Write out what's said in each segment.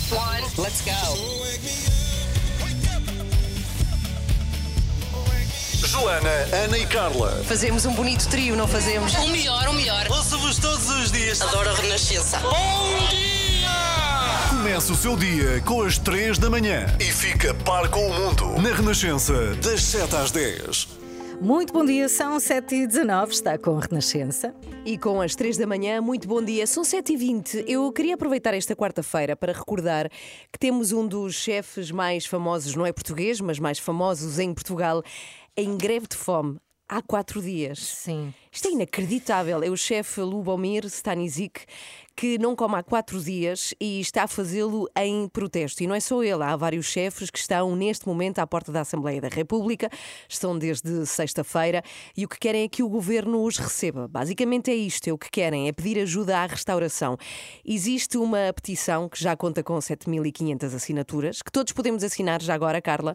Let's go. Joana, Ana e Carla. Fazemos um bonito trio, não fazemos? O melhor. Ouço-vos todos os dias. Adoro a Renascença. Bom dia! Começa o seu dia com as 3 da manhã e fica par com o mundo na Renascença, das 7 às 10. Muito bom dia, são 7h19, está com a Renascença. E com as 3 da manhã, muito bom dia, são 7h20. Eu queria aproveitar esta quarta-feira para recordar que temos um dos chefes mais famosos, não é português, mas mais famosos em Portugal, em greve de fome há 4 dias. Sim. Isto é inacreditável. É o chefe Lubomir Stanisic, que não come há 4 dias e está a fazê-lo em protesto. E não é só ele, há vários chefes que estão neste momento à porta da Assembleia da República, estão desde sexta-feira e o que querem é que o governo os receba. Basicamente é isto, é o que querem, é pedir ajuda à restauração. Existe uma petição que já conta com 7.500 assinaturas, que todos podemos assinar já agora, Carla.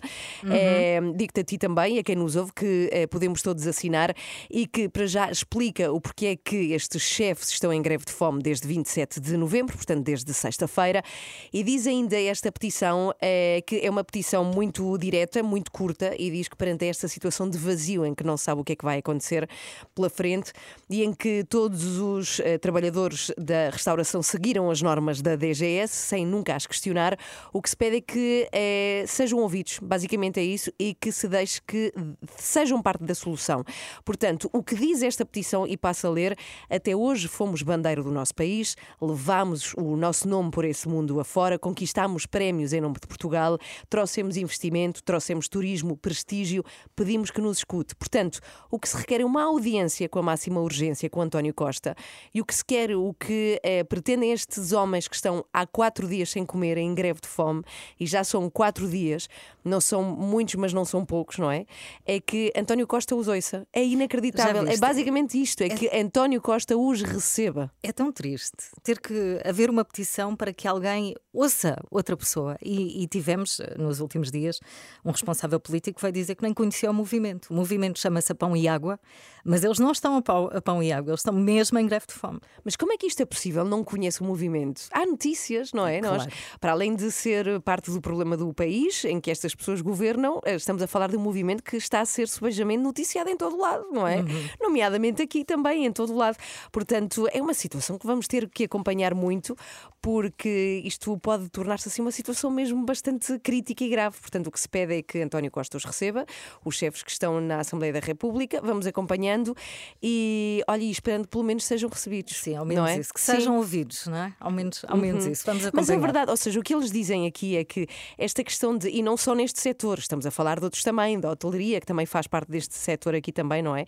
Digo-te a ti também, a quem nos ouve, que podemos todos assinar e que para já explica o porquê é que estes chefes estão em greve de fome desde 27 de novembro, portanto desde sexta-feira, e diz ainda esta petição que é uma petição muito direta, muito curta, e diz que perante esta situação de vazio em que não sabe o que é que vai acontecer pela frente e em que todos os trabalhadores da restauração seguiram as normas da DGS sem nunca as questionar, o que se pede é que sejam ouvidos, basicamente é isso, e que se deixe que sejam parte da solução. Portanto, o que diz esta petição, e passo a ler: até hoje fomos bandeira do nosso país, levámos o nosso nome por esse mundo afora, conquistámos prémios em nome de Portugal, trouxemos investimento, trouxemos turismo, prestígio, pedimos que nos escute. Portanto, o que se requer é uma audiência com a máxima urgência com António Costa, e o que se quer, o que pretendem estes homens que estão há 4 dias sem comer, em greve de fome, e já são 4 dias, não são muitos, mas não são poucos, não é? É que António Costa os ouça. É inacreditável. É basicamente isto, é que António Costa os receba. É tão triste ter que haver uma petição para que alguém ouça outra pessoa. E tivemos, nos últimos dias, um responsável político que vai dizer que nem conhecia o movimento. O movimento chama-se a Pão e Água, mas eles não estão a pão e água, eles estão mesmo em greve de fome. Mas como é que isto é possível? Não conhece o movimento? Há notícias, não é? Claro. Nós, para além de ser parte do problema do país, em que estas pessoas governam, estamos a falar de um movimento que está a ser subejamente noticiado em todo o lado, não é? Nomeadamente aqui também, em todo o lado. Portanto, é uma situação que vamos ter que acompanhar muito, porque isto pode tornar-se assim uma situação mesmo bastante crítica e grave. Portanto, o que se pede é que António Costa os receba, os chefes que estão na Assembleia da República, vamos acompanhando e, olha, esperando que pelo menos sejam recebidos. Sim, ao menos isso, que sejam ouvidos, não é? Ao menos isso, vamos acompanhar. Mas é verdade, ou seja, o que eles dizem aqui é que esta questão de, e não só neste setor, estamos a falar de outros também, da hotelaria, que também faz parte deste setor aqui também, não é?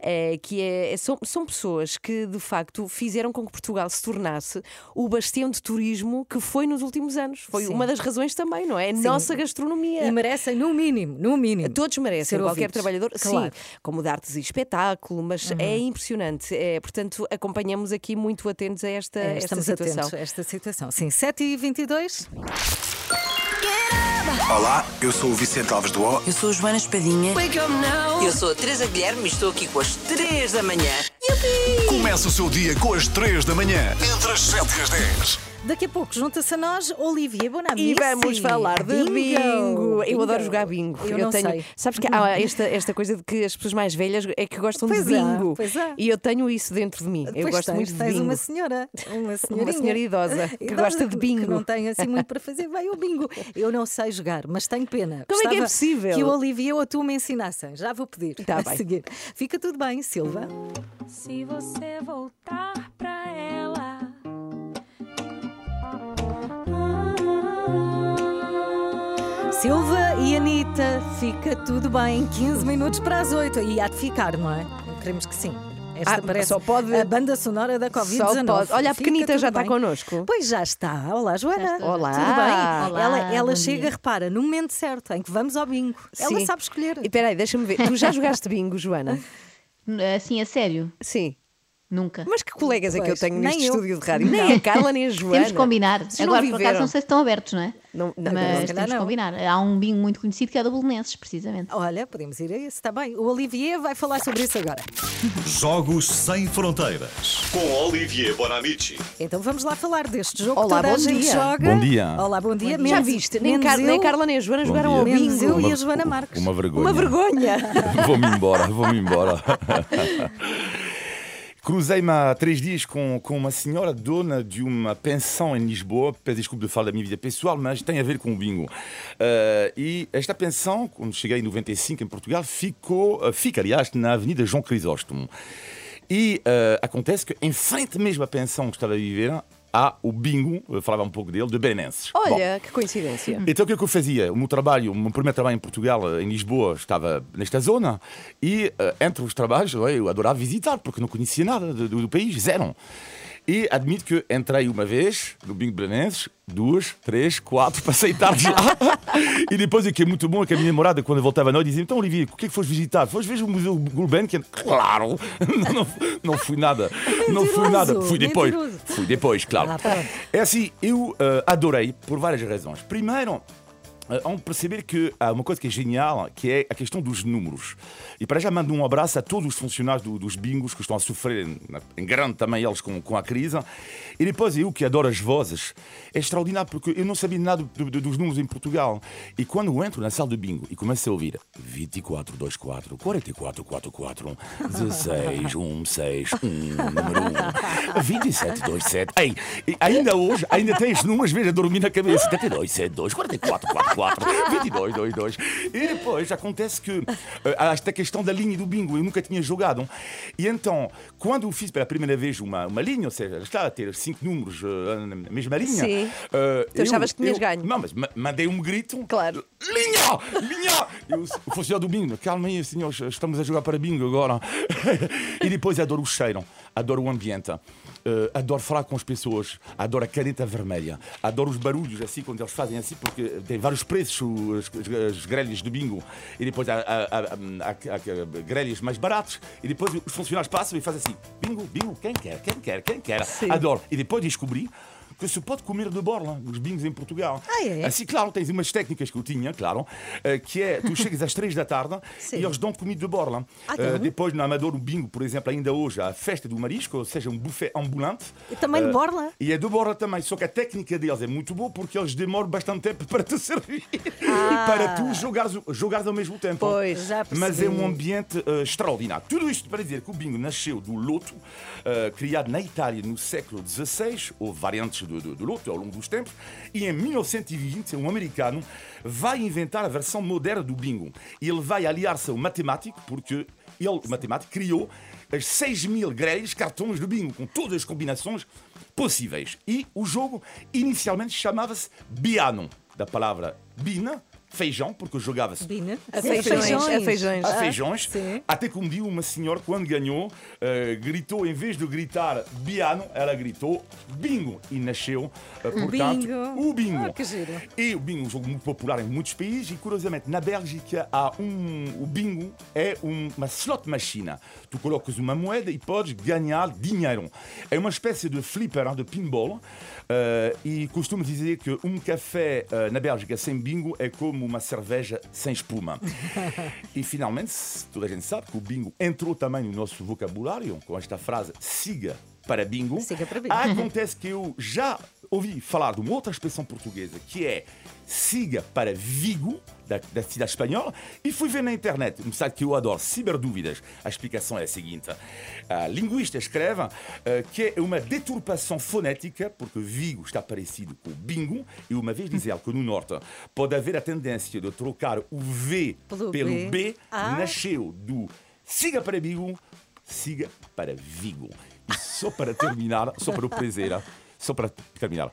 São pessoas que de facto fizeram com que Portugal se tornasse o bastião de turismo que foi nos últimos anos. Foi uma das razões também, não é? A nossa gastronomia. E merecem, no mínimo. Todos merecem, ser qualquer ouvidos. Trabalhador, Claro. sim, como de artes e espetáculo, mas é impressionante. Portanto, acompanhamos aqui muito atentos a esta Estamos situação. atentos a esta situação. Sim, 7h22. Olá, eu sou o Vicente Alves do O. Eu sou a Joana Espadinha. Eu sou a Teresa Guilherme e estou aqui com as 3 da manhã. Começa o seu dia com as 3 da manhã, entre as 7 e as 10. Daqui a pouco junta-se a nós Olivia Bonamici. E vamos falar de bingo. Eu adoro jogar bingo. Eu não tenho, sei. Sabes que há esta coisa de que as pessoas mais velhas é que gostam de bingo. Pois é. E eu tenho isso dentro de mim. Eu gosto muito de tens bingo. uma senhora, uma senhora idosa que gosta de bingo. Que não tem assim muito para fazer, vai ao bingo. Eu não sei jogar, mas tenho pena. Como é que é Gostava possível? que o Olivia ou a tu me ensinassem. Já vou pedir. Tá a bem. seguir. Fica tudo bem, Silva. Se você voltar pra ela. Silva e Anitta, fica tudo bem. 15 minutos para as 8. E há de ficar, não é? Queremos que sim. Esta parece só pode- a banda sonora da Covid-19. Só pode. Olha, a Fica pequenita tudo já está bem. connosco. Pois já está. Olá, Joana. Olá. Tudo bem? Olá, Ela bom chega, dia. repara, no momento certo em que vamos ao bingo. Ela Sim. sabe escolher. E espera aí, deixa-me ver. Tu já jogaste bingo, Joana? Assim, a sério? Sim. Nunca. Mas que colegas é que eu Pois, tenho nem neste eu. estúdio de rádio? Nem a Carla nem a Joana. Temos que combinar. Vocês não Agora, por viveram. acaso, não sei se estão abertos, não é? Não, Mas calhar temos que não. combinar. Há um bingo muito conhecido que é do Belenenses, precisamente. Olha, podemos ir a esse, está bem. O Olivier vai falar sobre isso agora. Jogos Sem Fronteiras. Com Olivier Bonamici. Então vamos lá falar deste jogo Olá, que toda bom a gente dia. joga. Bom dia. Olá, bom dia. Já Menos- viste? Nem, menos nem eu, Carla nem a Joana Bom jogaram dia. ao Menos bingo. eu e a Joana Marques. Uma vergonha. Uma vergonha. Vou-me embora. Cruzei-me há 3 dias com uma senhora dona de uma pensão em Lisboa. Peço desculpa de falar da minha vida pessoal, mas tem a ver com o bingo. E esta pensão, quando cheguei em 95 em Portugal, fica, aliás, na Avenida João Crisóstomo. E acontece que, em frente mesmo à pensão que estava a viver, há o bingo, eu falava um pouco dele, de Belenenses. Olha, que coincidência. Então o que é que eu fazia? O meu primeiro trabalho em Portugal, em Lisboa, estava nesta zona e entre os trabalhos eu adorava visitar porque não conhecia nada do país, zero. E admito que entrei uma vez no bingo Belenenses, 2, 3, 4, passei tarde lá. E depois o que é muito bom é que a minha namorada, quando eu voltava à noite, dizia: então Olivier, o que é que foste visitar? Foste ver o Museu Gulbenkian? Claro! Não fui nada. Não fui nada. Fui depois, claro. É assim, eu adorei por várias razões. Primeiro, há de perceber que há uma coisa que é genial, que é a questão dos números. E para já mando um abraço a todos os funcionários dos bingos que estão a sofrer em grande também eles com a crise. E depois eu que adoro as vozes, é extraordinário porque eu não sabia nada dos números em Portugal. E quando eu entro na sala de bingo e começo a ouvir 24, 24, 44, 44, 16, 1, 6, 1, número 1, 27, 27. Ei, ainda hoje, ainda tem estes números, veja, a dormir na cabeça. 72, 72, 44, 44, 22, 22. E depois acontece que há esta questão da linha do bingo, eu nunca tinha jogado. E então, quando eu fiz pela primeira vez uma linha, ou seja, está a ter 5 números na mesma linha. Sim. Tu achavas que tinhas ganho? Não, mas mandei um grito. Claro. Linha! O funcionário do bingo, calma aí, senhores, estamos a jogar para bingo agora. E depois adoro o cheiro, adoro o ambiente. Adoro falar com as pessoas, adoro a caneta vermelha, adoro os barulhos assim quando eles fazem assim, porque tem vários preços as grelhas de bingo e depois há grelhas mais baratas e depois os funcionários passam e fazem assim: bingo, quem quer. Sim. Adoro. E depois descobri que se pode comer de borla nos bingos em Portugal. É? Assim, claro, tens umas técnicas que eu tinha, claro, que é, tu chegas às 3 da tarde Sim. e eles dão comida de borla. Depois, no Amador, o bingo, por exemplo, ainda hoje, há a festa do marisco, ou seja, um buffet ambulante. E também de borla? E é de borla também, só que a técnica deles é muito boa porque eles demoram bastante tempo para te servir e para tu jogares ao mesmo tempo. Pois, já percebi. Mas é um ambiente extraordinário. Tudo isto para dizer que o bingo nasceu do loto, criado na Itália no século XVI, houve variantes do loto ao longo dos tempos, e em 1920 um americano vai inventar a versão moderna do bingo. Ele vai aliar-se ao matemático, porque ele, o matemático, criou as 6.000 grelhas, cartões de bingo, com todas as combinações possíveis. E o jogo inicialmente chamava-se Biano, da palavra bina, feijão, porque jogava-se Bina? A feijões. a feijões, sim. até que um dia uma senhora, quando ganhou, gritou, em vez de gritar Biano, ela gritou bingo e nasceu, portanto, o bingo. Que giro. E o bingo é um jogo muito popular em muitos países e, curiosamente, na Bélgica o bingo é uma slot machine. Tu colocas uma moeda e podes ganhar dinheiro. É uma espécie de flipper, de pinball, e costumo dizer que um café na Bélgica sem bingo é como uma cerveja sem espuma. E finalmente, toda a gente sabe que o bingo entrou também no nosso vocabulário com esta frase: siga para bingo. Siga para bingo. Acontece que eu já ouvi falar de uma outra expressão portuguesa que é siga para Vigo, da cidade espanhola, e fui ver na internet um site que eu adoro, Ciberdúvidas. A explicação é a seguinte: a linguista escreve que é uma deturpação fonética, porque Vigo está parecido com bingo, e uma vez diz ela que no norte pode haver a tendência de trocar o V pelo B, nasceu do siga para Vigo, siga para Vigo. E só para terminar, só para o prazer, só para terminar,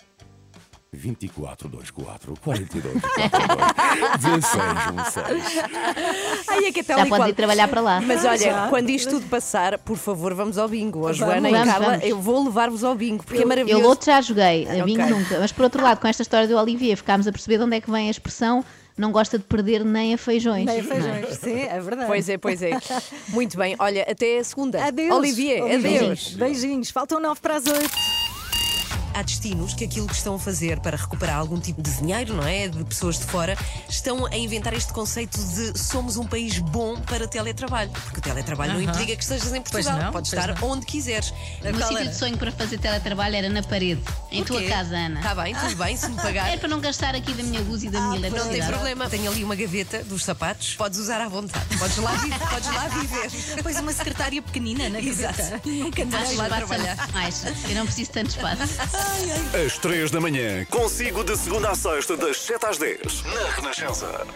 24, 24, 42, 42, 16, 16. Ai, é que até Já ali podes ir quando... trabalhar para lá. Mas olha, quando isto tudo passar, por favor, vamos ao bingo. A Joana e Vamos, Carla, vamos. eu vou levar-vos ao bingo, porque é maravilhoso. Eu outro já joguei, Ok. bingo nunca. Mas por outro lado, com esta história do Olivier, ficámos a perceber de onde é que vem a expressão não gosta de perder nem a feijões. Nem a feijões, sim, é verdade. Pois é. Muito bem, olha, até a segunda. Adeus. Olivier, adeus. Beijinhos. Faltam 9:50. Há destinos que aquilo que estão a fazer para recuperar algum tipo de dinheiro, não é? De pessoas de fora, estão a inventar este conceito de somos um país bom para teletrabalho. Porque o teletrabalho não implica que estejas em Portugal. Podes estar onde quiseres. O meu sítio de sonho para fazer teletrabalho era na parede, em tua casa, Ana. Está bem, tudo bem, se me pagar. É para não gastar aqui da minha luz e da minha Não eletricidade. tem problema. Tenho ali uma gaveta dos sapatos, podes usar à vontade. Podes lá viver. Pois uma secretária pequenina na gaveta. Nunca Acho lá espaço trabalhar. mais. Eu não preciso de tanto espaço. Às 3 da manhã, consigo de segunda à sexta, das 7 às 10, na Renascença.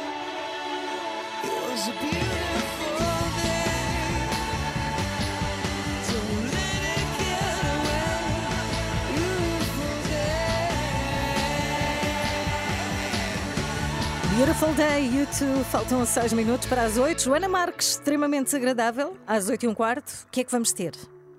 Beautiful Day, YouTube. Faltam 6 minutos para as 8. Joana Marques, extremamente desagradável, às 8:15. O que é que vamos ter?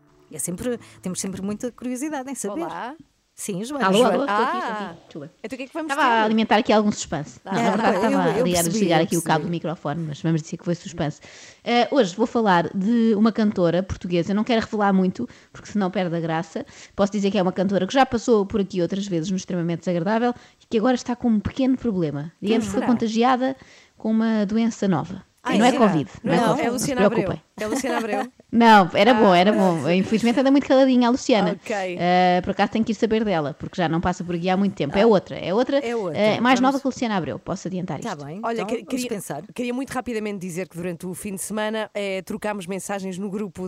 Temos sempre muita curiosidade em saber. Olá. Sim, Joana. Alô, Joana. estou aqui. Desculpa. Então o que é que vamos Estava a alimentar aqui algum suspense. Não, na verdade, estava a percebi, desligar aqui o cabo do microfone, mas vamos dizer que foi suspense. Hoje vou falar de uma cantora portuguesa. Eu não quero revelar muito, porque senão perde a graça. Posso dizer que é uma cantora que já passou por aqui outras vezes no Extremamente Desagradável e que agora está com um pequeno problema. Digamos que foi contagiada com uma doença nova. E não é Covid. Não é Covid. É Não se Luciana Abreu. preocupem. É Luciana Abreu. Não, era bom, era bom. Infelizmente anda muito caladinha a Luciana. Ok. Por acaso tenho que ir saber dela, porque já não passa por aqui há muito tempo. É outra. Mais nova que a Luciana Abreu, posso adiantar isto. Está bem, Olha, então, vamos pensar. queria muito rapidamente dizer que durante o fim de semana trocámos mensagens no grupo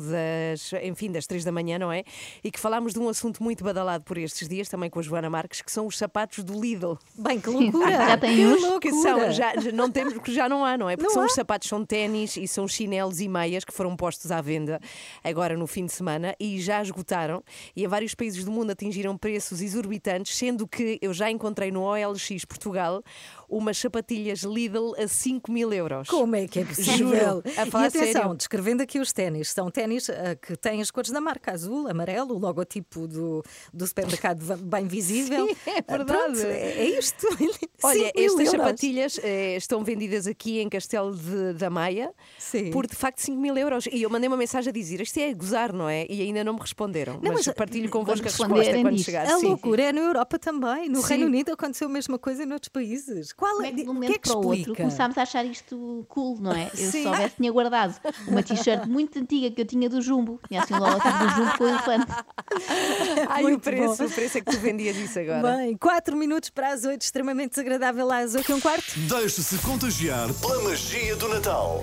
das 3 da manhã, não é? E que falámos de um assunto muito badalado por estes dias, também com a Joana Marques, que são os sapatos do Lidl. Bem, que loucura! Já tem uns? Que são, já não temos, porque já não há, não é? Porque os sapatos, são ténis e são chinelos e meias que foram postos à venda agora no fim de semana e já esgotaram. E em vários países do mundo atingiram preços exorbitantes, sendo que eu já encontrei no OLX Portugal umas sapatilhas Lidl a 5.000 euros. Como é que é possível? Juro. A E falar atenção, sério. descrevendo aqui os ténis, são ténis que têm as cores da marca, azul, amarelo, o logotipo do supermercado bem visível. Sim, é verdade. Pronto, é isto. Olha, 5.000 estas euros. sapatilhas estão vendidas aqui em Castelo da Maia Sim. por de facto 5.000 euros. E eu mandei uma mensagem a dizer: isto é gozar, não é? E ainda não me responderam. Não, mas mas partilho convosco a responderem resposta quando disto. chegar. A Sim. loucura é na Europa também. No Sim. Reino Unido aconteceu a mesma coisa noutros países. Qual Como é? é que de um O momento que é que para o outro explica? começámos a achar isto cool, não é? Eu Sim. se soubesse tinha guardado uma t-shirt muito antiga que eu tinha do Jumbo. Tinha assim o logotipo do Jumbo com o elefante. Ai, o Muito preço bom. é que tu vendias isso agora. Bem, 4 minutos para as 8, extremamente desagradável às 8:15. Deixe-se contagiar pela magia do Natal.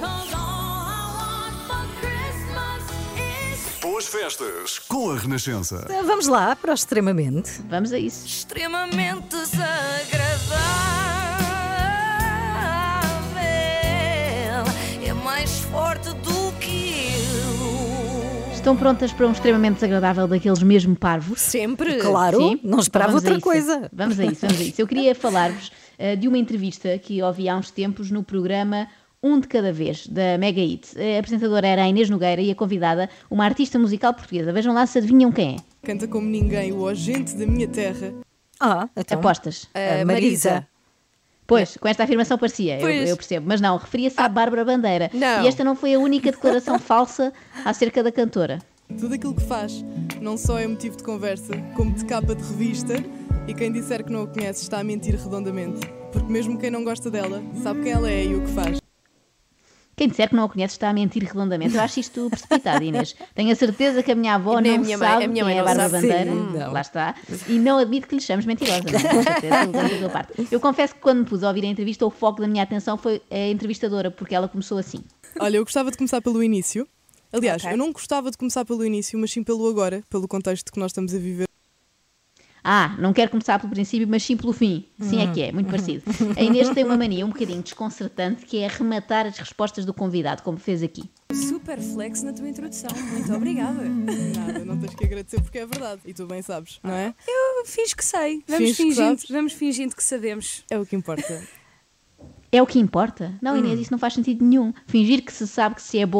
Boas festas com a Renascença. Vamos lá para o extremamente. Vamos a isso. Extremamente desagradável. É mais forte do que eu. Estão prontas para um extremamente desagradável daqueles mesmo parvos? Sempre. Claro, Sim? não esperava Vamos a outra isso. coisa. Vamos a isso. Eu queria falar-vos de uma entrevista que ouvi há uns tempos no programa Um de Cada Vez, da Mega Hit. A apresentadora era a Inês Nogueira e a convidada, uma artista musical portuguesa. Vejam lá se adivinham quem é. Canta como ninguém, o agente da minha terra. Então, Apostas? a Marisa. Pois, com esta afirmação parecia, Pois. eu percebo. Mas não, referia-se à Bárbara Bandeira. Não. E esta não foi a única declaração falsa acerca da cantora. Tudo aquilo que faz não só é motivo de conversa, como de capa de revista, e quem disser que não a conhece está a mentir redondamente. Porque mesmo quem não gosta dela, sabe quem ela é e o que faz. Quem disser que não a conhece está a mentir redondamente. Eu acho isto precipitado, Inês. Tenho a certeza que a minha avó Nem a não minha mãe- sabe a minha quem mãe é a não Bárbara sabe. Bandeira. Sim, não. Lá está. E não admito que lhe chames mentirosa. Não, com certeza, da tua parte. Eu confesso que quando me pus a ouvir a entrevista, o foco da minha atenção foi a entrevistadora, porque ela começou assim. Olha, eu gostava de começar pelo início. Aliás, Ok. eu não gostava de começar pelo início, mas sim pelo agora, pelo contexto que nós estamos a viver. Não quero começar pelo princípio, mas sim pelo fim. Sim, é que é, muito parecido. A Inês tem uma mania um bocadinho desconcertante, que é arrematar as respostas do convidado, como fez aqui. Super flex na tua introdução. Muito obrigada. Nada, não tens que agradecer porque é verdade. E tu bem sabes, não é? Eu finjo que sei. Vamos fingindo que sabemos. É o que importa. É o que importa? Não, Inês, isso não faz sentido nenhum. Fingir que se sabe que se é bom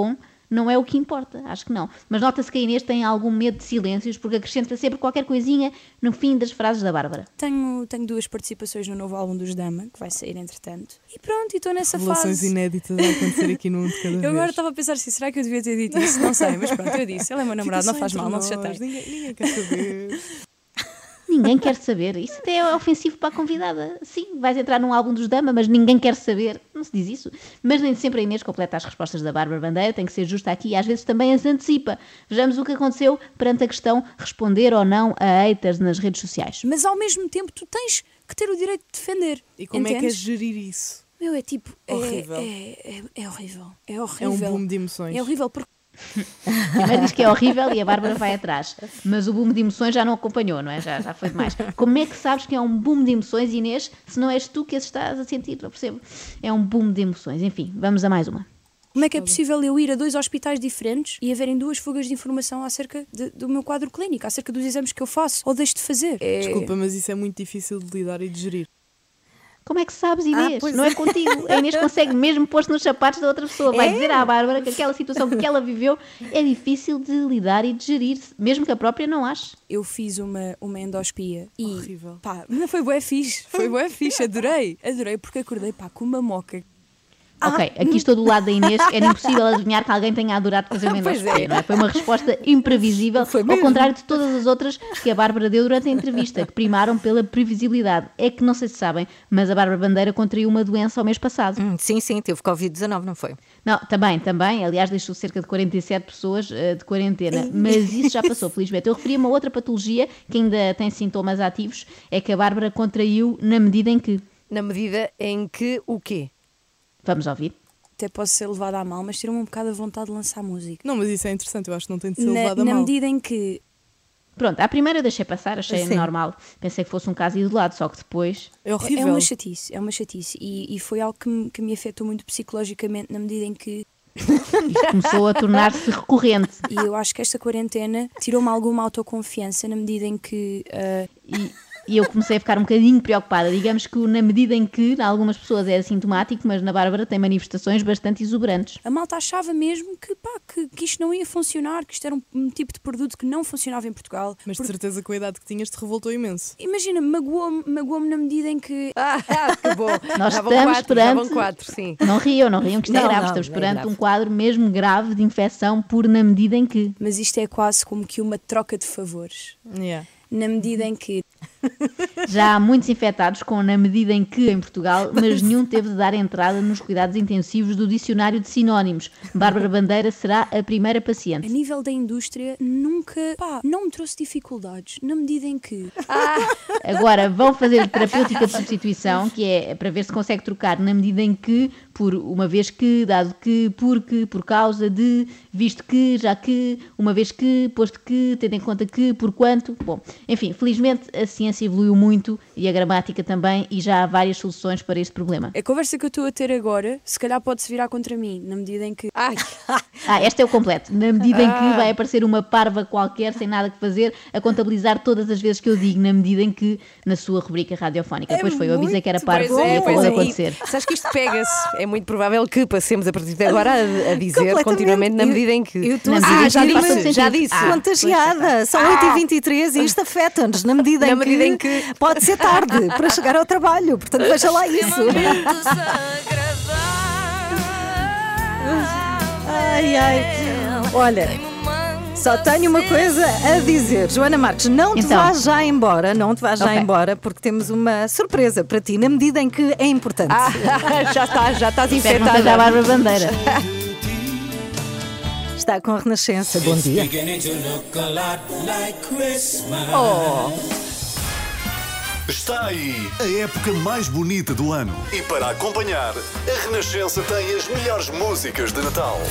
não é o que importa, acho que não. Mas nota-se que a Inês tem algum medo de silêncios, porque acrescenta sempre qualquer coisinha no fim das frases da Bárbara. Tenho 2 participações no novo álbum dos Dama, que vai sair entretanto. E pronto, e estou nessa Revelações fase. inéditas a acontecer aqui no Um de Cada Vez. Eu agora estava a pensar assim, será que eu devia ter dito isso? Não sei, mas pronto, eu disse. Ele é meu namorado, não faz mal, não se chateie. Ninguém quer saber. Ninguém quer saber. Isso até é ofensivo para a convidada. Sim, vais entrar num álbum dos Dama, mas ninguém quer saber. Não se diz isso. Mas nem sempre a Inês completa as respostas da Bárbara Bandeira. Tem que ser justa aqui e às vezes também as antecipa. Vejamos o que aconteceu perante a questão responder ou não a haters nas redes sociais. Mas ao mesmo tempo tu tens que ter o direito de defender. E como entendes? é que é gerir isso? Meu, é tipo... Horrível. É horrível. É horrível. É um boom de emoções. É horrível porque... Primeiro diz que é horrível e a Bárbara vai atrás. Mas o boom de emoções já não acompanhou, não é? Já foi demais. Como é que sabes que é um boom de emoções, Inês, se não és tu que as estás a sentir? Não percebo. É um boom de emoções. Enfim, vamos a mais uma. Como é que é possível eu ir a 2 hospitais diferentes e haverem 2 fugas de informação acerca do meu quadro clínico, acerca dos exames que eu faço ou deixo de fazer? Desculpa, mas isso é muito difícil de lidar e de gerir. Como é que sabes, Inês? Não é contigo. A Inês consegue mesmo pôr-se nos sapatos da outra pessoa. Vai dizer à Bárbara que aquela situação que ela viveu é difícil de lidar e de gerir, mesmo que a própria não ache. Eu fiz uma endoscopia e... Horrível. Pá, não foi bué fixe. Foi bué fixe, adorei. Adorei porque acordei, pá, com uma moca. Ok, aqui estou do lado da Inês. Era impossível adivinhar que alguém tenha adorado fazer uma endoscopia, não é? Foi uma resposta imprevisível, ao contrário de todas as outras que a Bárbara deu durante a entrevista, que primaram pela previsibilidade. É que não sei se sabem, mas a Bárbara Bandeira contraiu uma doença ao mês passado. Sim, teve Covid-19, não foi? Não, também. Aliás, deixou cerca de 47 pessoas de quarentena. Mas isso já passou, felizmente. Eu referi a uma outra patologia que ainda tem sintomas ativos, é que a Bárbara contraiu na medida em que... Na medida em que o quê? Vamos ouvir. Até posso ser levada a mal, mas tira-me um bocado a vontade de lançar música. Não, mas isso é interessante, eu acho que não tem de ser levada a mal. Na medida em que... Pronto, à primeira eu deixei passar, achei normal. Pensei que fosse um caso isolado, só que depois... É horrível. É uma chatice. E foi algo que me afetou muito psicologicamente na medida em que... Isto começou a tornar-se recorrente. E eu acho que esta quarentena tirou-me alguma autoconfiança na medida em que... E eu comecei a ficar um bocadinho preocupada. Digamos que na medida em que, em algumas pessoas é assintomático, mas na Bárbara tem manifestações bastante exuberantes. A malta achava mesmo que isto não ia funcionar, que isto era um tipo de produto que não funcionava em Portugal. Mas de certeza que a idade que tinhas te revoltou imenso. Imagina, magoou-me na medida em que... Que bom. Nós já estamos perante... Já 4, sim. Não riam, que isto é grave. Estamos perante um quadro mesmo grave de infecção por na medida em que... Mas isto é quase como que uma troca de favores. Yeah. Na medida em que... Já há muitos infectados com na medida em que em Portugal, mas nenhum teve de dar entrada nos cuidados intensivos do dicionário de sinónimos. Bárbara Bandeira será a primeira paciente. A nível da indústria, nunca, não me trouxe dificuldades, na medida em que... Agora vão fazer terapêutica de substituição, que é para ver se consegue trocar na medida em que, por uma vez que, dado que, porque, por causa de, visto que, já que, uma vez que, posto que, tendo em conta que, por quanto. Bom, enfim, felizmente a ciência evoluiu muito e a gramática também, e já há várias soluções para este problema. A conversa que eu estou a ter agora, se calhar pode-se virar contra mim, na medida em que... Este é o completo. Na medida em que vai aparecer uma parva qualquer, sem nada que fazer, a contabilizar todas as vezes que eu digo, na medida em que, na sua rubrica radiofónica. Pois foi, eu avisei que era parva e acabou de acontecer. Sabes que isto pega-se. É muito provável que passemos a partir de agora a dizer continuamente na medida em que... Eu estou já disse. Contagiada. São 8h23 e isto afeta-nos na medida em que pode ser tarde para chegar ao trabalho. Portanto, veja lá isso. Olha, só tenho uma coisa a dizer. Joana Marques, não te vás já embora, porque temos uma surpresa para ti, na medida em que é importante. Já estás infectada. Não seja a Bárbara Bandeira. Está com a Renascença. Bom dia. Está aí a época mais bonita do ano. E para acompanhar, a Renascença tem as melhores músicas de Natal.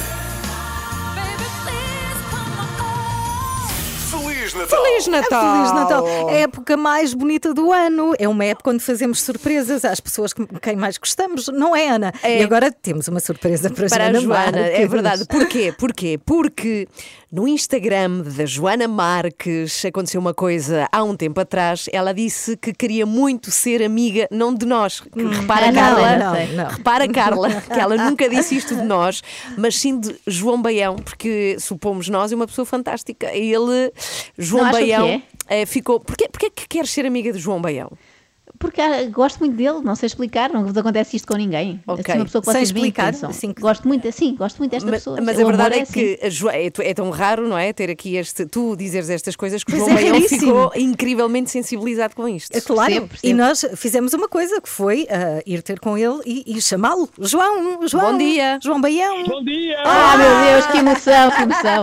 Feliz Natal! Feliz Natal! Feliz Natal! É a época mais bonita do ano. É uma época onde fazemos surpresas às pessoas com quem mais gostamos, não é, Ana? E agora temos uma surpresa para a Joana. É verdade. Porquê? Porque No Instagram da Joana Marques aconteceu uma coisa há um tempo atrás. Ela disse que queria muito ser amiga, não de nós. Repara, Carla, repara, Carla, que ela nunca disse isto de nós, mas sim de João Baião, porque supomos nós é uma pessoa fantástica. Ele, João Baião, ficou. Porquê é que queres ser amiga de João Baião? Porque gosto muito dele, não sei explicar, não vos acontece isto com ninguém. Okay. Assim, uma pessoa que sem vocês explicar, sim, gosto muito desta pessoa. Mas a verdade é que é tão raro, não é? Ter aqui tu dizeres estas coisas que o João Baião ficou incrivelmente sensibilizado com isto. É claro, percebo. E nós fizemos uma coisa que foi ir ter com ele e chamá-lo. João, bom dia. João Baião. Bom dia! Meu Deus, que emoção, que emoção.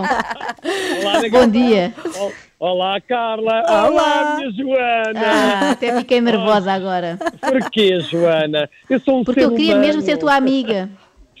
Olá, bom dia. Olá, Carla. Olá, minha Joana. Até fiquei nervosa agora. Porquê, Joana? Eu sou Porque eu queria mesmo ser tua amiga.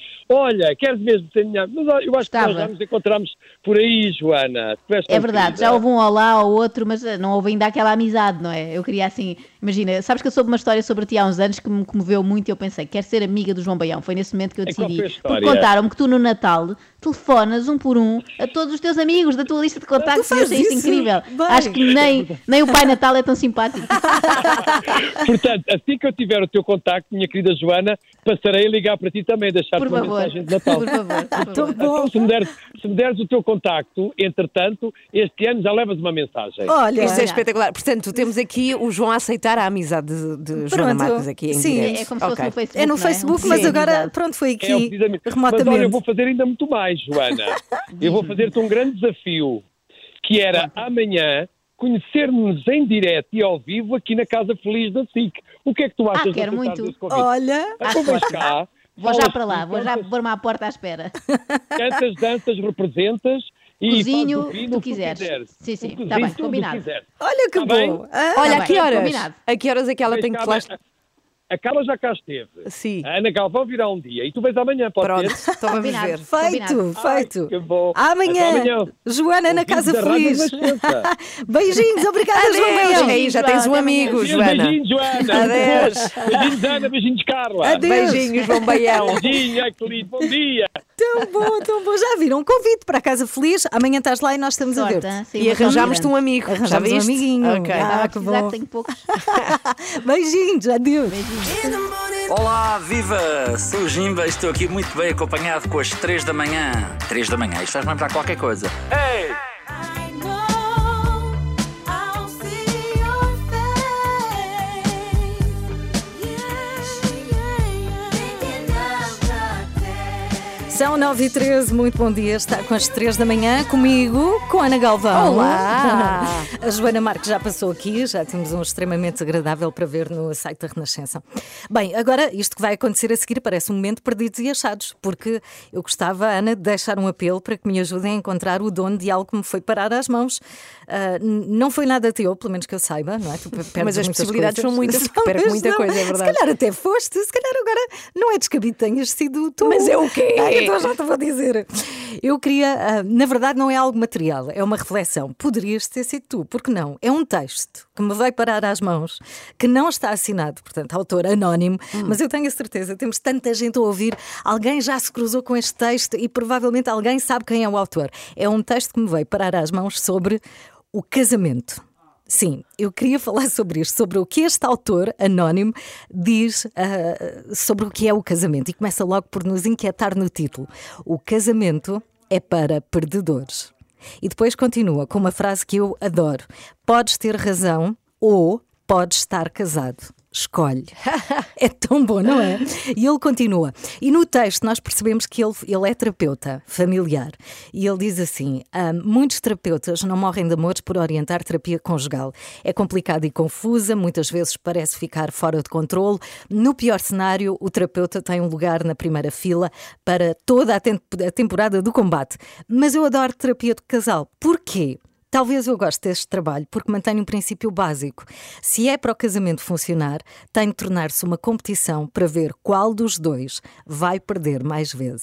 Olha, queres mesmo ser minha amiga? Mas eu acho que nós já nos encontramos por aí, Joana. É verdade, já houve um olá ou outro, mas não houve ainda aquela amizade, não é? Eu queria assim, imagina, sabes que eu soube uma história sobre ti há uns anos que me comoveu muito e eu pensei, quero ser amiga do João Baião. Foi nesse momento que eu decidi. Porque contaram-me que tu no Natal telefonas um por um a todos os teus amigos da tua lista de contactos e eu achei isso incrível. Bem. Acho que nem o Pai Natal é tão simpático. Portanto, assim que eu tiver o teu contacto, minha querida Joana, passarei a ligar para ti também, deixar-te uma mensagem de Natal. Por favor. Então, se me deres o teu contacto, entretanto, este ano já levas uma mensagem. Olha, isto é espetacular. Portanto, temos aqui o João a aceitar a amizade de Joana Marques aqui em direto. É como se fosse no Facebook. É no Facebook, mas agora, pronto, foi aqui remotamente. Mas olha, eu vou fazer ainda muito mais, Joana. Eu vou fazer-te um grande desafio, que era amanhã conhecer-nos em direto e ao vivo aqui na Casa Feliz da SIC. O que é que tu achas? Quero muito. Olha, cá. Vou já para lá, vou já pôr-me à porta à espera. Cantas, danças, representas e cozinho o que quiseres. Sim, está bem, combinado. Olha que bom. Olha, a que horas? A que horas é que ela tem que falar? A Carla já cá esteve. Sim. A Ana Galvão virá um dia e tu vens amanhã, pode ser? Então vamos ver. Feito. Que bom. Amanhã, Joana na Casa Feliz. Beijinhos, obrigada, João Baião. Aí já tens um amigo, Joana. Beijinhos, Joana. Adeus. Beijinhos, Ana. Beijinhos, Carla. Adeus. Beijinhos, João Baião. Beijinho, que lindo. Bom dia. Tão bom. Já viram? Um convite para a Casa Feliz. Amanhã estás lá e nós estamos a ver. E arranjámos-te um amigo. Arranjámos um amiguinho. Ok. Que bom. Tenho poucos. Beijinhos, adeus. Olá, viva! Sou o Jimba e estou aqui muito bem acompanhado com as 3 da manhã. 3 da manhã, isto faz-me lembrar qualquer coisa. Ei! São 9h13, muito bom dia. Está com as 3 da manhã comigo, com a Ana Galvão. Olá! A Joana Marques já passou aqui, já temos um extremamente agradável para ver no site da Renascença. Bem, agora isto que vai acontecer a seguir parece um momento perdidos e achados, porque eu gostava, Ana, de deixar um apelo para que me ajudem a encontrar o dono de algo que me foi parar às mãos. Não foi nada teu, pelo menos que eu saiba, não é? Tu mas as possibilidades são muitas, porque perco muita coisa, é verdade. Se calhar até foste, se calhar agora não é descabido tenhas sido tu. Mas é o quê? Então já te vou dizer. Eu queria, na verdade não é algo material, é uma reflexão. Poderias ter sido tu, porque não? É um texto que me veio parar às mãos, que não está assinado, portanto, autor anónimo, mas eu tenho a certeza, temos tanta gente a ouvir, alguém já se cruzou com este texto e provavelmente alguém sabe quem é o autor. É um texto que me veio parar às mãos sobre o casamento. Sim, eu queria falar sobre isto, sobre o que este autor anónimo diz sobre o que é o casamento. E começa logo por nos inquietar no título. O casamento é para perdedores. E depois continua com uma frase que eu adoro. Podes ter razão ou podes estar casado. Escolhe. É tão bom, não é? E ele continua. E no texto nós percebemos que ele é terapeuta familiar. E ele diz assim, muitos terapeutas não morrem de amores por orientar terapia conjugal. É complicada e confusa, muitas vezes parece ficar fora de controle. No pior cenário, o terapeuta tem um lugar na primeira fila para toda a temporada do combate. Mas eu adoro terapia de casal. Porquê? Talvez eu goste deste trabalho porque mantém um princípio básico. Se é para o casamento funcionar, tem de tornar-se uma competição para ver qual dos dois vai perder mais vezes.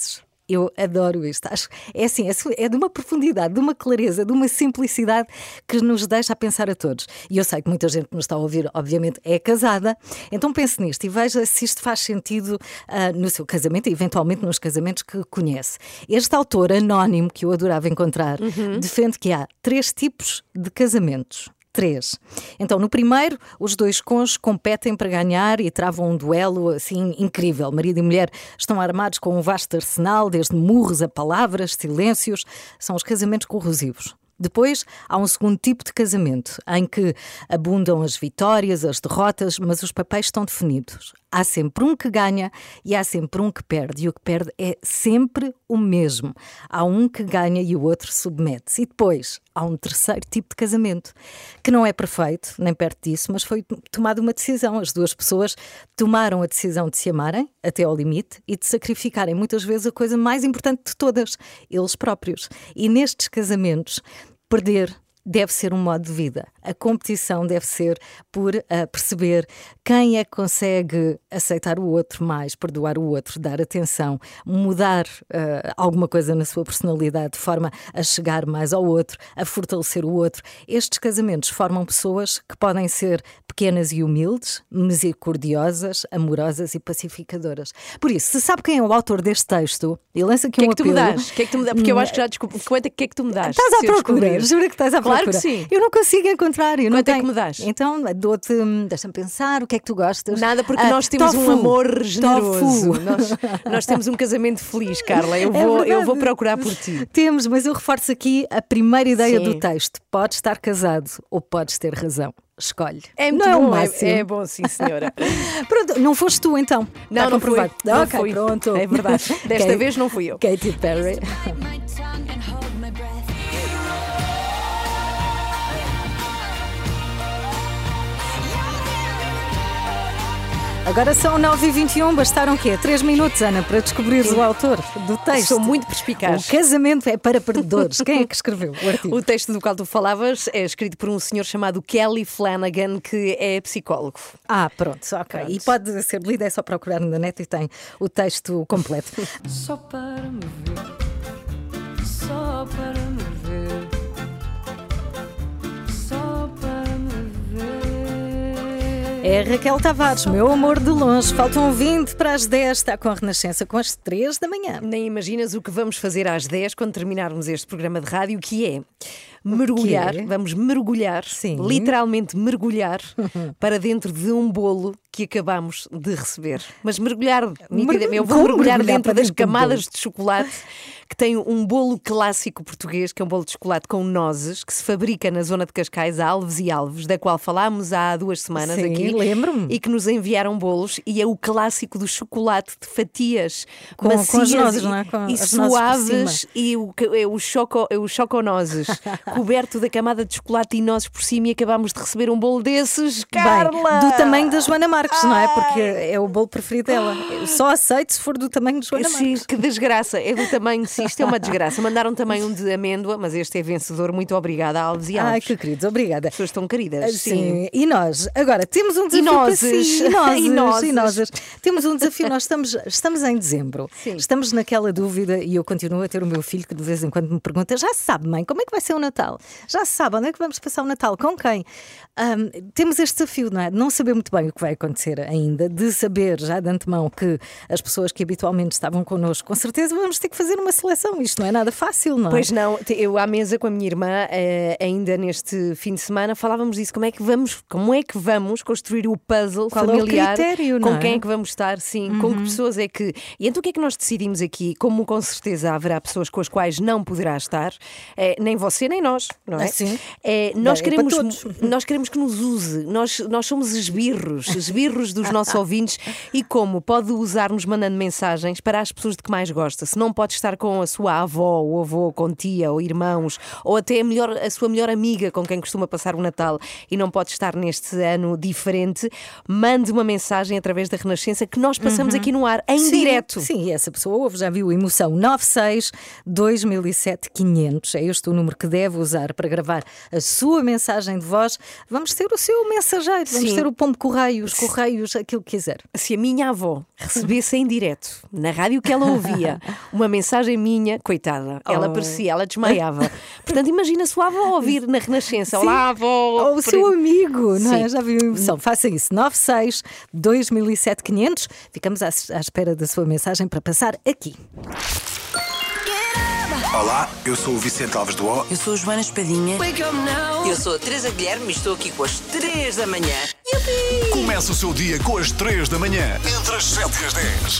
Eu adoro isto. Acho é assim, é de uma profundidade, de uma clareza, de uma simplicidade que nos deixa a pensar a todos. E eu sei que muita gente que nos está a ouvir, obviamente, é casada. Então pense nisto e veja se isto faz sentido no seu casamento e eventualmente nos casamentos que conhece. Este autor anónimo, que eu adorava encontrar, defende que há 3 tipos de casamentos. 3. Então, no primeiro, os 2 cônjuges competem para ganhar e travam um duelo assim incrível. Marido e mulher estão armados com um vasto arsenal, desde murros a palavras, silêncios. São os casamentos corrosivos. Depois, há um segundo tipo de casamento, em que abundam as vitórias, as derrotas, mas os papéis estão definidos. Há sempre um que ganha e há sempre um que perde. E o que perde é sempre o mesmo. Há um que ganha e o outro submete-se. E depois, há um terceiro tipo de casamento, que não é perfeito, nem perto disso, mas foi tomada uma decisão. As 2 pessoas tomaram a decisão de se amarem até ao limite e de sacrificarem muitas vezes a coisa mais importante de todas, eles próprios. E nestes casamentos, perder deve ser um modo de vida. A competição deve ser por perceber quem é que consegue aceitar o outro mais, perdoar o outro, dar atenção, mudar alguma coisa na sua personalidade de forma a chegar mais ao outro, a fortalecer o outro. Estes casamentos formam pessoas que podem ser pequenas e humildes, misericordiosas, amorosas e pacificadoras. Por isso, se sabe quem é o autor deste texto, e lança aqui um apelo... O que é que tu me dás? Porque eu acho que já desculpa. Quanto é que tu me dás? Estás à procura, juro que estás à procura. Claro que sim. Eu não consigo encontrar. Quanto é que me dás? Então, dou-te, deixa-me pensar, o que é que tu gostas? Nada, porque nós temos um amor generoso. Nós temos um casamento feliz, Carla. Eu vou procurar por ti. Temos, mas eu reforço aqui a primeira ideia do texto. Podes estar casado ou podes ter razão. Escolhe. É muito não bom, é bom, sim, senhora. Pronto, não foste tu então? Não fui. Não fui. Pronto. É verdade. Desta vez não fui eu. Katy Perry. Agora são 9h21, bastaram o quê? 3 minutos, Ana, para descobrires o autor do texto. Sou muito perspicaz. O casamento é para perdedores. Quem é que escreveu o artigo? O texto do qual tu falavas é escrito por um senhor chamado Kelly Flanagan, que é psicólogo. Pronto, ok. Pronto. E pode ser lido, é só procurar na net e tem o texto completo. Só para me ver, só para me ver. É Raquel Tavares, meu amor de longe. Faltam 20 para as 10, está com a Renascença com as 3 da manhã. Nem imaginas o que vamos fazer às 10 quando terminarmos este programa de rádio, que é mergulhar, vamos mergulhar, literalmente mergulhar para dentro de um bolo que acabamos de receber. Mas mergulhar, nitidamente, eu vou mergulhar dentro das camadas de chocolate que tem um bolo clássico português, que é um bolo de chocolate com nozes, que se fabrica na zona de Cascais, a Alves e Alves, da qual falámos há 2 semanas aqui. Lembro-me. E que nos enviaram bolos, e é o clássico do chocolate de fatias macias com as nozes, não é? Com e suaves, e o choconozes, coberto da camada de chocolate e nozes por cima, e acabámos de receber um bolo desses, Carla! Do tamanho da Joana Marques, não é? Porque é o bolo preferido dela. Eu só aceito se for do tamanho de Joana Marques. Sim, que desgraça, é do tamanho, sim, isto é uma desgraça. Mandaram também um de amêndoa, mas este é vencedor. Muito obrigada, Alves e Alves. Ai, que queridos, obrigada. As pessoas estão queridas. Sim. E nós, agora, temos um desafio para si. E nós. Temos um desafio, nós estamos em dezembro. Sim. Estamos naquela dúvida, e eu continuo a ter o meu filho que de vez em quando me pergunta: já sabe, mãe, como é que vai ser o Natal? Já sabe, onde é que vamos passar o Natal? Com quem? Temos este desafio, não é? De não saber muito bem o que vai acontecer ainda, de saber já de antemão que as pessoas que habitualmente estavam connosco, com certeza vamos ter que fazer uma seleção. Isto não é nada fácil, não é? Pois não. Eu à mesa com a minha irmã, ainda neste fim de semana, falávamos disso. Como é que vamos construir o puzzle familiar? É o critério, com quem é que vamos estar? Sim, com que pessoas é que... E então o que é que nós decidimos aqui? Como com certeza haverá pessoas com as quais não poderá estar, nem você nem nós, não é? Sim. Nós queremos que nos use. Nós somos esbirros dos nossos ouvintes, e como pode usar-nos mandando mensagens para as pessoas de que mais gosta. Se não pode estar com a sua avó ou avô, com tia ou irmãos, ou até a sua melhor amiga com quem costuma passar o Natal e não pode estar neste ano diferente, mande uma mensagem através da Renascença que nós passamos aqui no ar, em direto. Sim, essa pessoa ouve, já viu, emoção 96 2007 500. É este o número que deve usar para gravar a sua mensagem de voz. Vamos ter o seu mensageiro, vamos ter o pombo correio, os correios. correios, aquilo que quiser. Se a minha avó recebesse em direto, na rádio que ela ouvia, uma mensagem minha, coitada, ela aparecia, ela desmaiava. Portanto, imagina a sua avó ouvir na Renascença. Olá, avó! Ou o seu amigo, não é? Já viu a emoção? Faça isso. 96 2007 500. Ficamos à espera da sua mensagem para passar aqui. Olá, eu sou o Vicente Alves do O. Eu sou a Joana Espadinha. Eu sou a Teresa Guilherme e estou aqui com as 3 da manhã. Yupi! Começa o seu dia com as 3 da manhã, entre as 7 e as 10.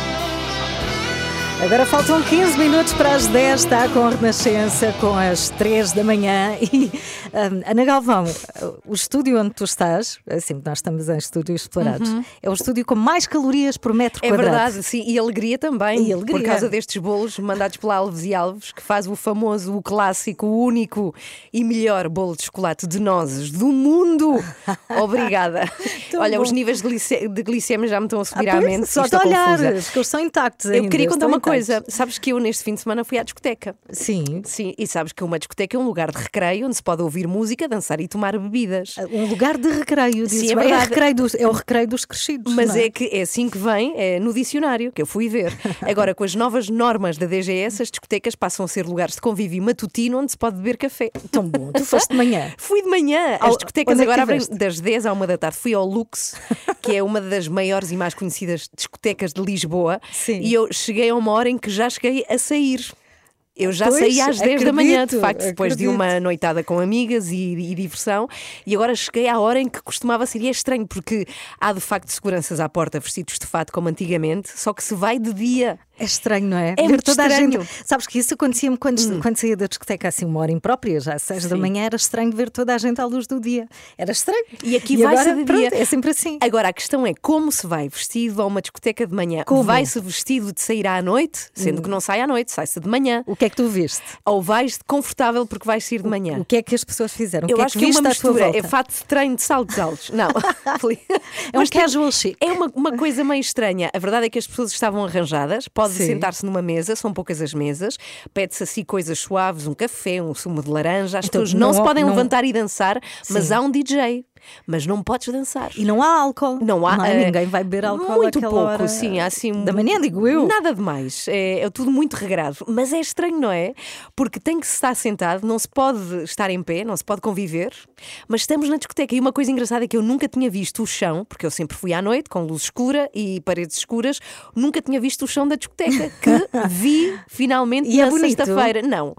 Agora faltam 15 minutos para as 10, está com a Renascença, com as 3 da manhã. E, Ana Galvão, o estúdio onde tu estás, assim, nós estamos em estúdios explorados, é o estúdio com mais calorias por metro quadrado. É verdade, sim, e alegria também, e alegria. Por causa destes bolos mandados pela Alves e Alves, que faz o famoso, o clássico, o único e melhor bolo de chocolate de nozes do mundo. Obrigada. Olha, bom. Os níveis de glicemia já me estão a subir à mente. Só de olhar, porque eles são intactos ainda. Eu queria contar uma coisa, sabes que eu neste fim de semana fui à discoteca. Sim. Sim, e sabes que uma discoteca é um lugar de recreio onde se pode ouvir música, dançar e tomar bebidas. Um lugar de recreio, sim, é o recreio dos crescidos. Mas não é? é assim que vem no dicionário, que eu fui ver. Agora, com as novas normas da DGS, as discotecas passam a ser lugares de convívio matutino onde se pode beber café. Tão bom, tu foste de manhã. Fui de manhã. As discotecas agora abrem tiveste? das 10 à 1 da tarde. Fui ao Lux, que é uma das maiores e mais conhecidas discotecas de Lisboa. Sim. E eu cheguei a uma hora em que já cheguei a sair. Eu já Pois, saí às 10 da manhã, de facto, depois de acredito. uma noitada com amigas e diversão, e agora cheguei à hora em que costumava ser. E é estranho, porque há de facto seguranças à porta vestidos de fato como antigamente, só que se vai de dia. É estranho, não é? É Ver muito toda estranho. A gente. Sabes que isso acontecia-me quando saía da discoteca assim uma hora imprópria, já às 6 da manhã, era estranho ver toda a gente à luz do dia. Era estranho. E aqui vai-se de dia. É sempre assim. Agora, a questão é como se vai vestido a uma discoteca de manhã. Como? Vai-se vestido de sair à noite, sendo que não sai à noite, sai-se de manhã. O que é que tu viste? Ou vais de confortável porque vais sair de manhã. O que é que as pessoas fizeram? Eu o que acho é que que é uma viste à tua mistura. volta? É fato de treino de saltos altos. Não. É um casual chic. É uma coisa meio estranha. A verdade é que as pessoas estavam arranjadas, pode Sim. sentar-se numa mesa, são poucas as mesas, pede-se assim coisas suaves, um café, um sumo de laranja. As Então, pessoas não se podem não- levantar e dançar, mas Sim. há um DJ. Mas não podes dançar. E não há álcool. Não há. Ninguém vai beber álcool muito àquela pouco, hora sim. Há assim da manhã, digo eu. Nada demais. É tudo muito regrado. Mas é estranho, não é? Porque tem que se estar sentado, não se pode estar em pé, não se pode conviver. Mas estamos na discoteca. E uma coisa engraçada é que eu nunca tinha visto o chão, porque eu sempre fui à noite com luz escura e paredes escuras, nunca tinha visto o chão da discoteca, que vi finalmente E é na bonito? sexta-feira. Não,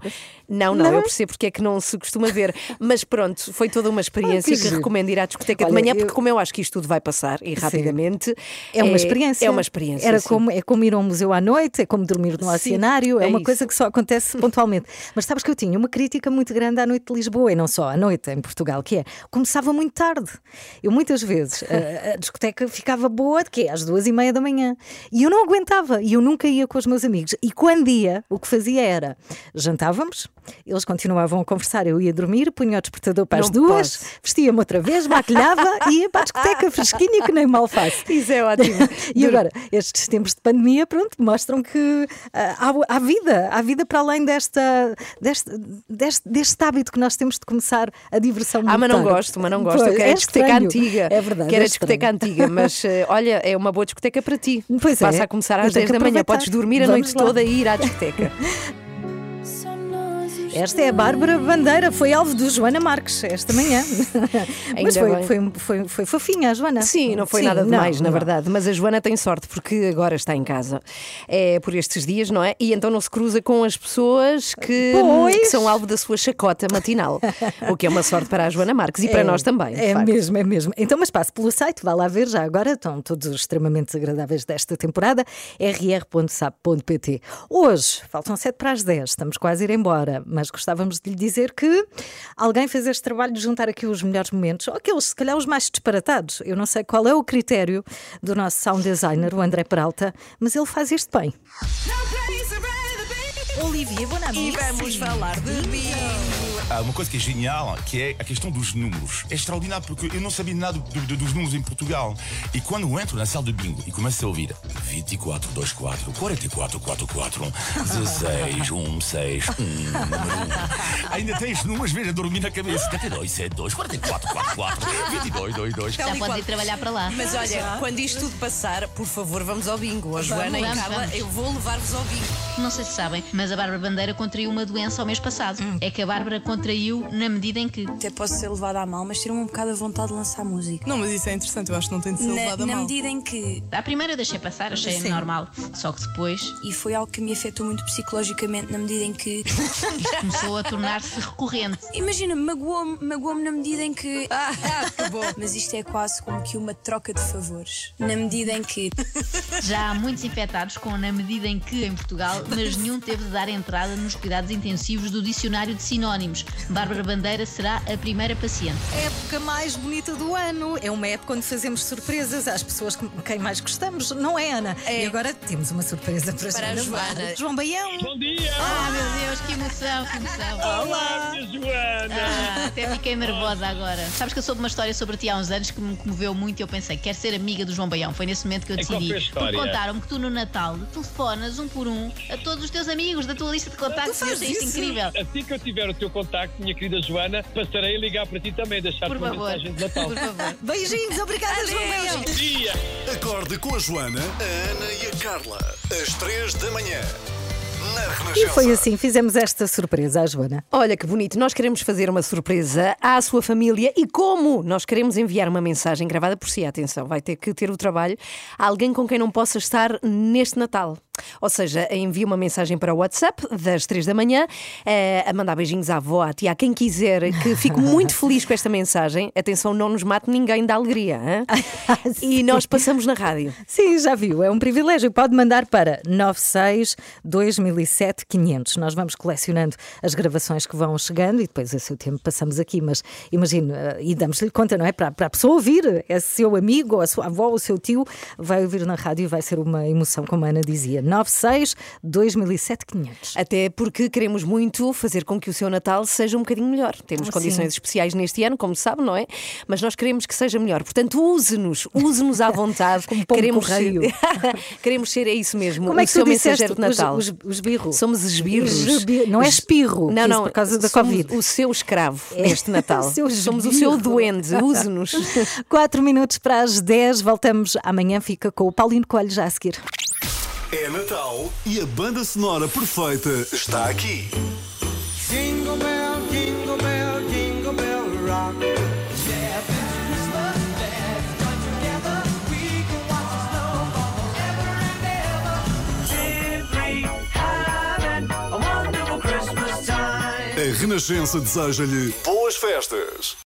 eu percebo porque é que não se costuma ver. Mas pronto, foi toda uma experiência que giro. recomendo ir à discoteca de Olha, manhã, porque como eu acho que isto tudo vai passar e rapidamente. É uma experiência. É uma experiência. É sim. como ir a um museu à noite, é como dormir no oceanário, é uma isso. coisa que só acontece pontualmente. Mas sabes que eu tinha uma crítica muito grande à noite de Lisboa, e não só à noite em Portugal, que é, começava muito tarde. Eu muitas vezes, a discoteca ficava boa de quê? Às 2:30 da manhã. E eu não aguentava, e eu nunca ia com os meus amigos. E quando ia, o que fazia era, jantávamos, eles continuavam a conversar, eu ia dormir, punha o despertador para as Não 2, posso. vestia-me outra vez, maquilhava e ia para a discoteca fresquinha que nem mal faço. Isso é ótimo. E agora, estes tempos de pandemia, pronto, mostram que há vida para além deste hábito que nós temos de começar a diversão muito Mas não tarde. gosto. Pois, Eu quero a discoteca estranho. antiga. É verdade. Quero é a discoteca antiga, mas olha, é uma boa discoteca para ti. Pois Passa é. a começar Eu às tenho 10 que da manhã. aproveitar. Podes dormir a Vamos noite lá. toda e ir à discoteca. Esta é a Bárbara Bandeira, foi alvo do Joana Marques esta manhã. Mas Ainda foi fofinha a Joana. Sim, não foi nada demais, na verdade. Mas a Joana tem sorte porque agora está em casa por estes dias, não é? E então não se cruza com as pessoas que são alvo da sua chacota matinal. O que é uma sorte para a Joana Marques e para nós também. É mesmo, é mesmo. Então, mas passe pelo site, vá lá ver já agora, estão todos extremamente desagradáveis desta temporada, rr.sap.pt. Hoje, faltam 7 para as 10, estamos quase a ir embora, mas gostávamos de lhe dizer que alguém fez este trabalho de juntar aqui os melhores momentos, ou aqueles, se calhar, os mais disparatados. Eu não sei qual é o critério do nosso sound designer, o André Peralta, mas ele faz isto bem. Olivia Bonamix. E vamos falar de bingo. Há uma coisa que é genial, que é a questão dos números. É extraordinário, porque eu não sabia nada dos números em Portugal. E quando eu entro na sala de bingo e começo a ouvir 24, 24, 44, 44, 16, 16, 1, ainda tens números vezes a dormir na cabeça. 72, 72, 44, 44, 22, 22. Já podes ir trabalhar para lá. Mas olha, quando isto tudo passar, por favor, vamos ao bingo. A Joana e a Carla, eu vou levar-vos ao bingo. Não sei se sabem, mas a Bárbara Bandeira contraiu uma doença ao mês passado. É que a Bárbara contraiu na medida em que... Até posso ser levada a mal, mas ter um bocado a vontade de lançar música. Não, mas isso é interessante, eu acho que não tem de ser levada a mal. Na medida em que... À primeira deixei passar, achei normal. Só que depois... E foi algo que me afetou muito psicologicamente, na medida em que... começou a tornar-se recorrente. Imagina, magoou-me na medida em que... que bom. Mas isto é quase como que uma troca de favores. Na medida em que... Já há muitos infectados com na medida em que em Portugal, mas nenhum teve de dar entrada nos cuidados intensivos do dicionário de sinónimos. Bárbara Bandeira será a primeira paciente. A época mais bonita do ano. É uma época onde fazemos surpresas às pessoas com quem mais gostamos, não é, Ana? E agora temos uma surpresa para a Joana. João Baião. Bom dia! Ah, meu Deus, que emoção, que emoção. Olá, minha Joana! Até fiquei nervosa agora. Sabes que eu soube uma história sobre ti há uns anos que me comoveu muito e eu pensei, quero ser amiga do João Baião. Foi nesse momento que eu decidi. Porque contaram-me que tu no Natal telefonas um por um a todos os teus amigos da tua lista de contactos. Eu achei isto incrível. Assim que eu tiver o teu contacto, minha querida Joana, passarei a ligar para ti também, deixar-te uma mensagem de Natal. Por favor. Beijinhos, obrigada, João Baião. Bom dia! Acorde com a Joana, a Ana e a Carla. Às 3 da manhã. Na Renascença. E foi assim, fizemos esta surpresa à Joana. Olha que bonito, nós queremos fazer uma surpresa à sua família e como? Nós queremos enviar uma mensagem gravada por si, atenção, vai ter que ter o trabalho a alguém com quem não possa estar neste Natal. Ou seja, envia uma mensagem para o WhatsApp das 3 da manhã, a mandar beijinhos à avó, à tia, a quem quiser, que fico muito feliz com esta mensagem. Atenção, não nos mate ninguém da alegria. Hein? E nós passamos na rádio. Sim, já viu, é um privilégio. Pode mandar para 96 2007 500. Nós vamos colecionando as gravações que vão chegando e depois a seu tempo passamos aqui. Mas imagino, e damos-lhe conta, não é? Para a pessoa ouvir, é seu amigo, ou a sua avó, ou o seu tio, vai ouvir na rádio e vai ser uma emoção, como a Ana dizia. 96 2007 500. Até porque queremos muito fazer com que o seu Natal seja um bocadinho melhor. Temos condições especiais neste ano, como sabe, não é? Mas nós queremos que seja melhor. Portanto, use-nos à vontade. Queremos ser, é isso mesmo. Como é que o seu tu disseste mensageiro de Natal. Os birros? Somos esbirros. Não é espirro. Não, por causa da somos Covid. o seu escravo neste Natal. Somos o seu duende. Use-nos. 4 minutos para as 10. Voltamos amanhã. Fica com o Paulino Coelho já a seguir. É Natal e a banda sonora perfeita está aqui. Jingle bell, jingle bell, jingle bell rock. Yeah, this Christmas, let's join together. We can watch the snowball forever and ever. Simply having a wonderful Christmas time. A Renascença deseja-lhe boas festas.